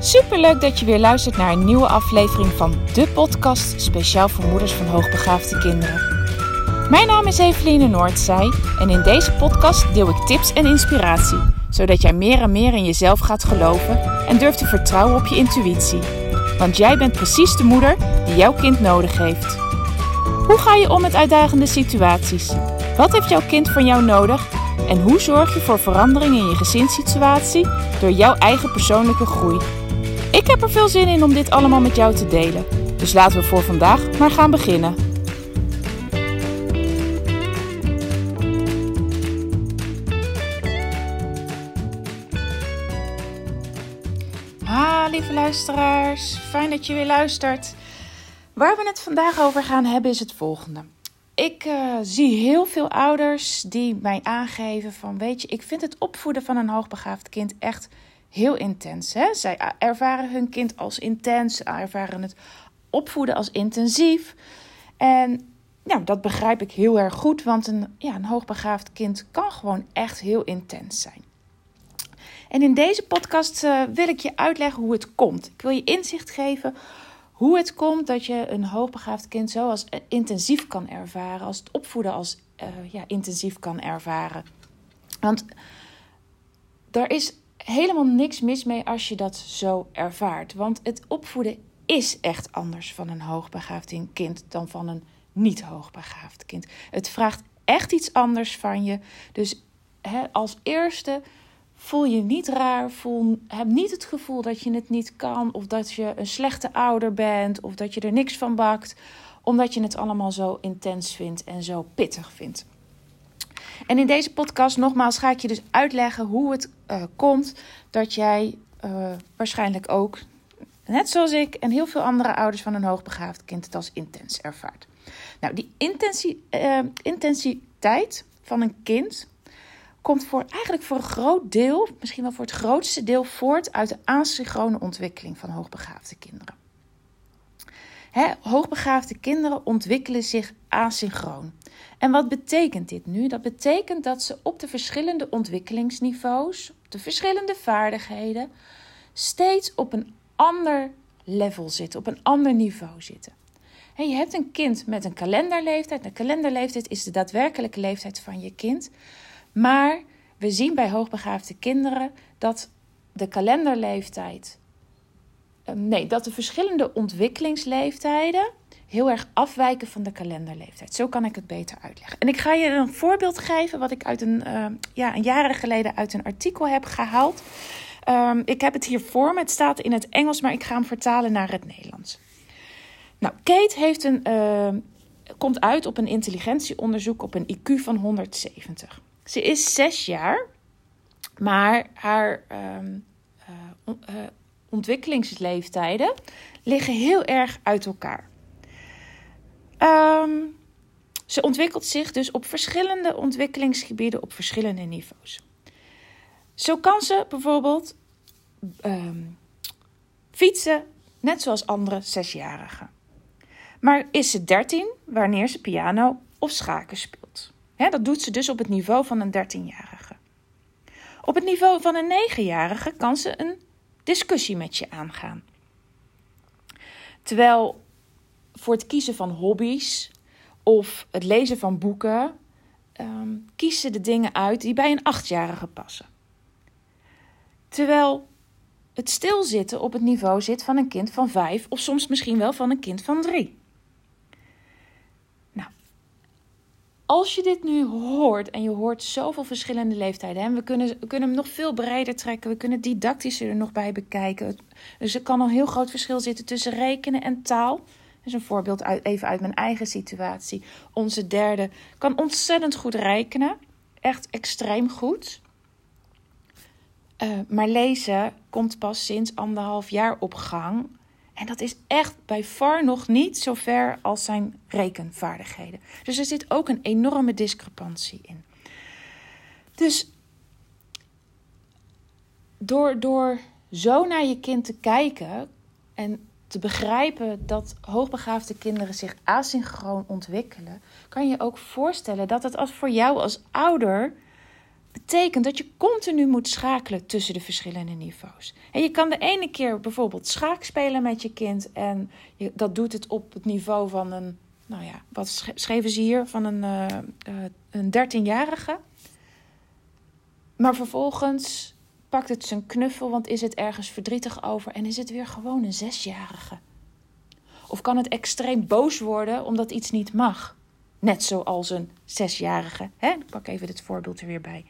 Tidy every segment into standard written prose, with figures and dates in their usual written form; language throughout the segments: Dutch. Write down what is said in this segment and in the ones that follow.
Superleuk dat je weer luistert naar een nieuwe aflevering van de podcast speciaal voor moeders van hoogbegaafde kinderen. Mijn naam is Eveline Noordzij en in deze podcast deel ik tips en inspiratie, zodat jij meer en meer in jezelf gaat geloven en durft te vertrouwen op je intuïtie. Want jij bent precies de moeder die jouw kind nodig heeft. Hoe ga je om met uitdagende situaties? Wat heeft jouw kind van jou nodig? En hoe zorg je voor verandering in je gezinssituatie door jouw eigen persoonlijke groei? Ik heb er veel zin in om dit allemaal met jou te delen. Dus laten we voor vandaag maar gaan beginnen. Lieve luisteraars, fijn dat je weer luistert. Waar we het vandaag over gaan hebben is het volgende. Ik zie heel veel ouders die mij aangeven van, weet je, ik vind het opvoeden van een hoogbegaafd kind echt heel intens. Hè? Zij ervaren hun kind als intens, ze ervaren het opvoeden als intensief. En nou, dat begrijp ik heel erg goed, want een hoogbegaafd kind kan gewoon echt heel intens zijn. En in deze podcast wil ik je uitleggen hoe het komt. Ik wil je inzicht geven hoe het komt dat je een hoogbegaafd kind zo als intensief kan ervaren. Als het opvoeden als intensief kan ervaren. Want er is helemaal niks mis mee als je dat zo ervaart. Want het opvoeden is echt anders van een hoogbegaafd kind dan van een niet hoogbegaafd kind. Het vraagt echt iets anders van je. Dus als eerste, voel je niet raar, heb niet het gevoel dat je het niet kan, of dat je een slechte ouder bent, of dat je er niks van bakt, omdat je het allemaal zo intens vindt en zo pittig vindt. En in deze podcast nogmaals ga ik je dus uitleggen hoe het komt dat jij waarschijnlijk ook, net zoals ik en heel veel andere ouders van een hoogbegaafd kind, het als intens ervaart. Nou, die intensiteit van een kind komt eigenlijk voor een groot deel, misschien wel voor het grootste deel, voort uit de asynchrone ontwikkeling van hoogbegaafde kinderen. Hoogbegaafde kinderen ontwikkelen zich asynchroon. En wat betekent dit nu? Dat betekent dat ze op de verschillende ontwikkelingsniveaus, op de verschillende vaardigheden, steeds op een ander level zitten, op een ander niveau zitten. Je hebt een kind met een kalenderleeftijd. De kalenderleeftijd is de daadwerkelijke leeftijd van je kind. Maar we zien bij hoogbegaafde kinderen dat de kalenderleeftijd, dat de verschillende ontwikkelingsleeftijden heel erg afwijken van de kalenderleeftijd. Zo kan ik het beter uitleggen. En ik ga je een voorbeeld geven wat ik uit een jaren geleden uit een artikel heb gehaald. Ik heb het hier voor me. Het staat in het Engels, maar ik ga hem vertalen naar het Nederlands. Nou, Kate komt uit op een intelligentieonderzoek op een IQ van 170. Ze is 6 jaar, maar haar ontwikkelingsleeftijden liggen heel erg uit elkaar. Ze ontwikkelt zich dus op verschillende ontwikkelingsgebieden op verschillende niveaus. Zo kan ze bijvoorbeeld fietsen, net zoals andere 6-jarigen. Maar is ze 13 wanneer ze piano of schaken speelt? Dat doet ze dus op het niveau van een 13-jarige. Op het niveau van een 9-jarige kan ze een discussie met je aangaan. Terwijl voor het kiezen van hobby's of het lezen van boeken kiest ze de dingen uit die bij een 8-jarige passen. Terwijl het stilzitten op het niveau zit van een kind van 5 of soms misschien wel van een kind van 3. Als je dit nu hoort en je hoort zoveel verschillende leeftijden, en we kunnen hem nog veel breder trekken, we kunnen didactischer er nog bij bekijken. Dus er kan een heel groot verschil zitten tussen rekenen en taal. Dat is een voorbeeld even uit mijn eigen situatie. Onze derde kan ontzettend goed rekenen, echt extreem goed. Maar lezen komt pas sinds 1,5 jaar op gang. En dat is echt bij far nog niet zo ver als zijn rekenvaardigheden. Dus er zit ook een enorme discrepantie in. Dus door zo naar je kind te kijken en te begrijpen dat hoogbegaafde kinderen zich asynchroon ontwikkelen, kan je ook voorstellen dat het voor jou als ouder betekent dat je continu moet schakelen tussen de verschillende niveaus. En je kan de ene keer bijvoorbeeld schaak spelen met je kind en dat doet het op het niveau van een, wat schreven ze hier, van een 13-jarige. Maar vervolgens pakt het zijn knuffel, want is het ergens verdrietig over en is het weer gewoon een 6-jarige. Of kan het extreem boos worden omdat iets niet mag. Net zoals een 6-jarige. Ik pak even dit voorbeeld er weer bij.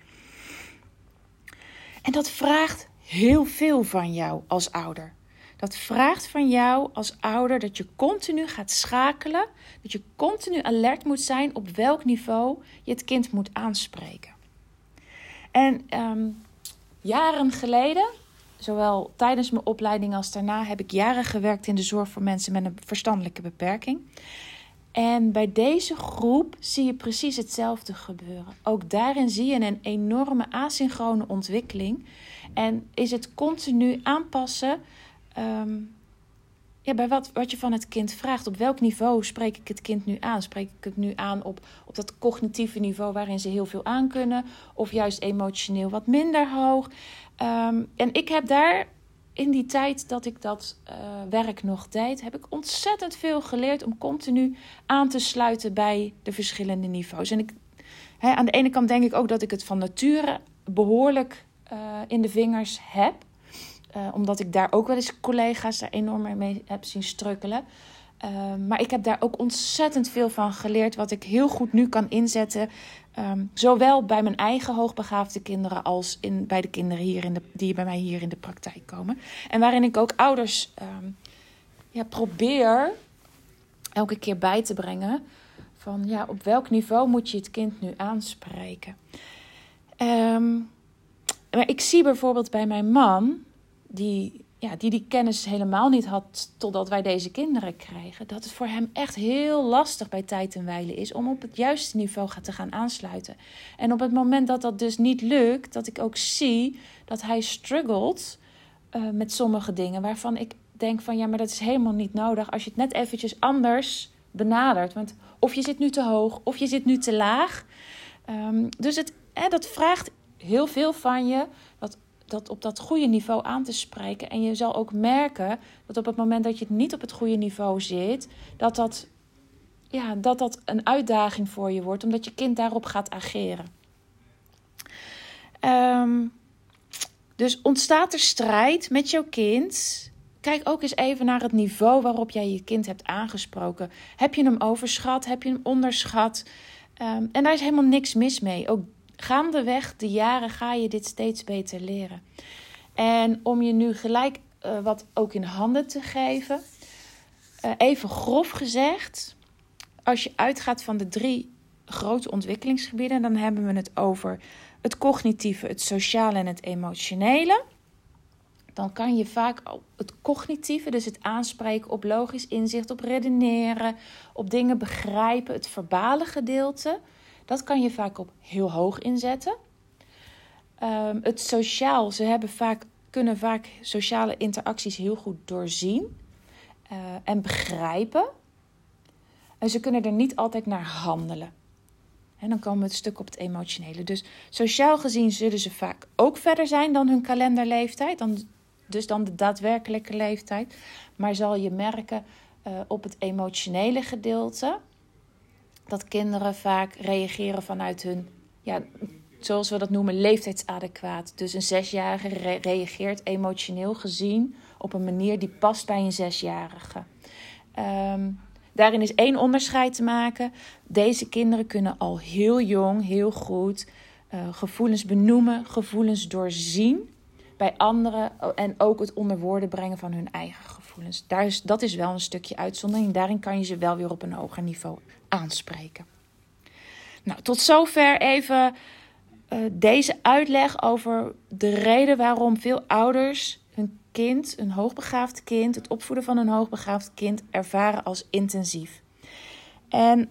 En dat vraagt heel veel van jou als ouder. Dat vraagt van jou als ouder dat je continu gaat schakelen. Dat je continu alert moet zijn op welk niveau je het kind moet aanspreken. En jaren geleden, zowel tijdens mijn opleiding als daarna, heb ik jaren gewerkt in de zorg voor mensen met een verstandelijke beperking. En bij deze groep zie je precies hetzelfde gebeuren. Ook daarin zie je een enorme asynchrone ontwikkeling. En is het continu aanpassen bij wat je van het kind vraagt. Op welk niveau spreek ik het kind nu aan? Spreek ik het nu aan op dat cognitieve niveau waarin ze heel veel aan kunnen? Of juist emotioneel wat minder hoog? En ik heb daar in die tijd dat ik dat werk nog deed, heb ik ontzettend veel geleerd om continu aan te sluiten bij de verschillende niveaus. En aan de ene kant denk ik ook dat ik het van nature behoorlijk in de vingers heb. Omdat ik daar ook wel eens collega's daar enorm mee heb zien strukkelen. Maar ik heb daar ook ontzettend veel van geleerd wat ik heel goed nu kan inzetten. Zowel bij mijn eigen hoogbegaafde kinderen als bij de kinderen die bij mij hier in de praktijk komen. En waarin ik ook ouders probeer elke keer bij te brengen van op welk niveau moet je het kind nu aanspreken. Maar ik zie bijvoorbeeld bij mijn man, die kennis helemaal niet had totdat wij deze kinderen kregen, dat het voor hem echt heel lastig bij tijd en wijle is om op het juiste niveau te gaan aansluiten. En op het moment dat dat dus niet lukt, dat ik ook zie dat hij struggelt met sommige dingen waarvan ik denk van maar dat is helemaal niet nodig als je het net eventjes anders benadert. Want of je zit nu te hoog of je zit nu te laag. Dus dat vraagt heel veel van je, dat op dat goede niveau aan te spreken. En je zal ook merken dat op het moment dat je het niet op het goede niveau zit, dat een uitdaging voor je wordt, omdat je kind daarop gaat ageren. Dus ontstaat er strijd met jouw kind? Kijk ook eens even naar het niveau waarop jij je kind hebt aangesproken. Heb je hem overschat? Heb je hem onderschat? En daar is helemaal niks mis mee. Ook gaandeweg de jaren ga je dit steeds beter leren. En om je nu gelijk wat ook in handen te geven. Even grof gezegd. Als je uitgaat van de 3 grote ontwikkelingsgebieden. Dan hebben we het over het cognitieve, het sociale en het emotionele. Dan kan je vaak het cognitieve, dus het aanspreken op logisch inzicht, op redeneren, op dingen begrijpen, het verbale gedeelte. Dat kan je vaak op heel hoog inzetten. Het sociaal, kunnen vaak sociale interacties heel goed doorzien en begrijpen. En ze kunnen er niet altijd naar handelen. En dan komen we het stuk op het emotionele. Dus sociaal gezien zullen ze vaak ook verder zijn dan hun kalenderleeftijd. Dan de daadwerkelijke leeftijd. Maar zal je merken op het emotionele gedeelte dat kinderen vaak reageren vanuit hun, zoals we dat noemen, leeftijdsadequaat. Dus een 6-jarige reageert emotioneel gezien op een manier die past bij een 6-jarige. Daarin is 1 onderscheid te maken. Deze kinderen kunnen al heel jong, heel goed gevoelens benoemen, gevoelens doorzien bij anderen en ook het onder woorden brengen van hun eigen gevoelens. Dat is wel een stukje uitzondering. Daarin kan je ze wel weer op een hoger niveau aanspreken. Nou, tot zover even deze uitleg over de reden waarom veel ouders hun kind, een hoogbegaafd kind, het opvoeden van een hoogbegaafd kind ervaren als intensief. En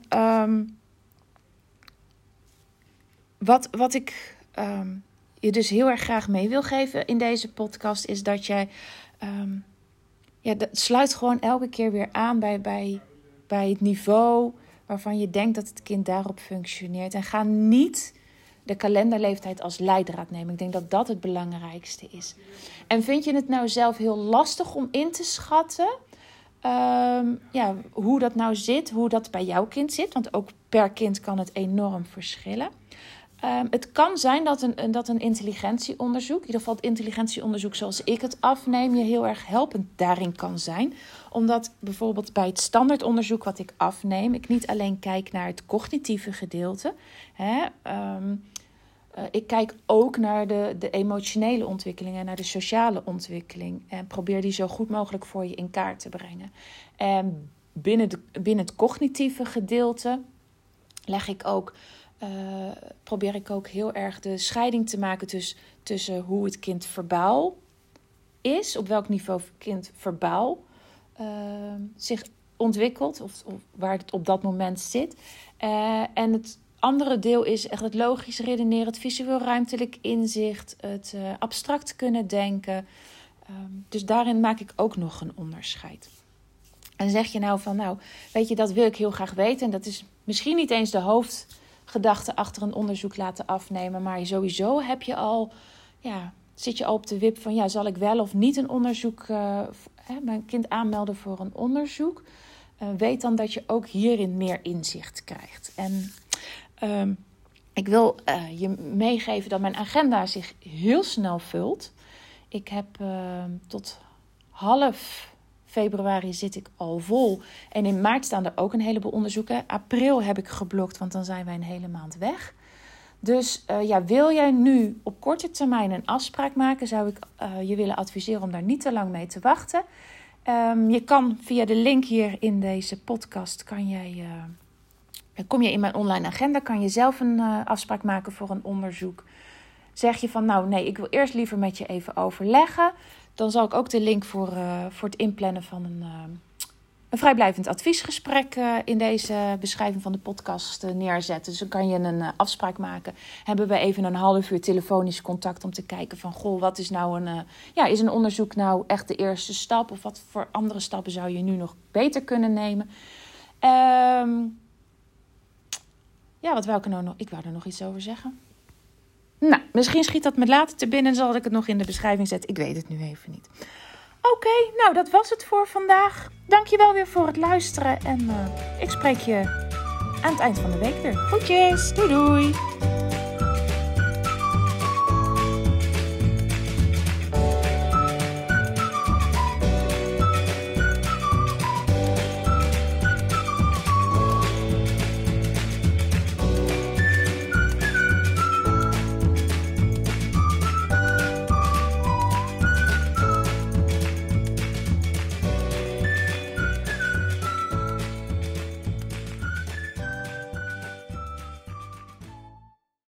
wat ik je dus heel erg graag mee wil geven in deze podcast is dat jij dat sluit gewoon elke keer weer aan bij het niveau waarvan je denkt dat het kind daarop functioneert. En ga niet de kalenderleeftijd als leidraad nemen. Ik denk dat dat het belangrijkste is. En vind je het nou zelf heel lastig om in te schatten hoe dat nou zit, hoe dat bij jouw kind zit? Want ook per kind kan het enorm verschillen. Het kan zijn dat een intelligentieonderzoek, in ieder geval het intelligentieonderzoek zoals ik het afneem, je heel erg helpend daarin kan zijn. Omdat bijvoorbeeld bij het standaardonderzoek wat ik afneem, ik niet alleen kijk naar het cognitieve gedeelte. Ik kijk ook naar de emotionele ontwikkeling en naar de sociale ontwikkeling. En probeer die zo goed mogelijk voor je in kaart te brengen. En binnen het cognitieve gedeelte probeer ik ook heel erg de scheiding te maken tussen hoe het kind verbaal is, op welk niveau het kind verbaal zich ontwikkelt of waar het op dat moment zit. En het andere deel is echt het logisch redeneren, het visueel-ruimtelijk inzicht, het abstract kunnen denken. Dus daarin maak ik ook nog een onderscheid. En zeg je nou van, weet je, dat wil ik heel graag weten. En dat is misschien niet eens de hoofdgedachte achter een onderzoek laten afnemen. Maar sowieso zit je al op de wip van, zal ik wel of niet een onderzoek, mijn kind aanmelden voor een onderzoek. Weet dan dat je ook hierin meer inzicht krijgt. En ik wil je meegeven dat mijn agenda zich heel snel vult. Ik heb tot half februari zit ik al vol. En in maart staan er ook een heleboel onderzoeken. April heb ik geblokt, want dan zijn wij een hele maand weg. Dus wil jij nu op korte termijn een afspraak maken, zou ik je willen adviseren om daar niet te lang mee te wachten. Je kan via de link hier in deze podcast, kom je in mijn online agenda, kan je zelf een afspraak maken voor een onderzoek. Zeg je van, nee, ik wil eerst liever met je even overleggen. Dan zal ik ook de link voor het inplannen van een vrijblijvend adviesgesprek in deze beschrijving van de podcast neerzetten. Dus dan kan je een afspraak maken. Hebben we even een half uur telefonisch contact om te kijken van, wat is nou is een onderzoek nou echt de eerste stap? Of wat voor andere stappen zou je nu nog beter kunnen nemen? Wat wou ik nou nog? Ik wou er nog iets over zeggen. Nou, misschien schiet dat me later te binnen en zal ik het nog in de beschrijving zetten. Ik weet het nu even niet. Oké, dat was het voor vandaag. Dankjewel weer voor het luisteren en ik spreek je aan het eind van de week weer. Groetjes, doei doei!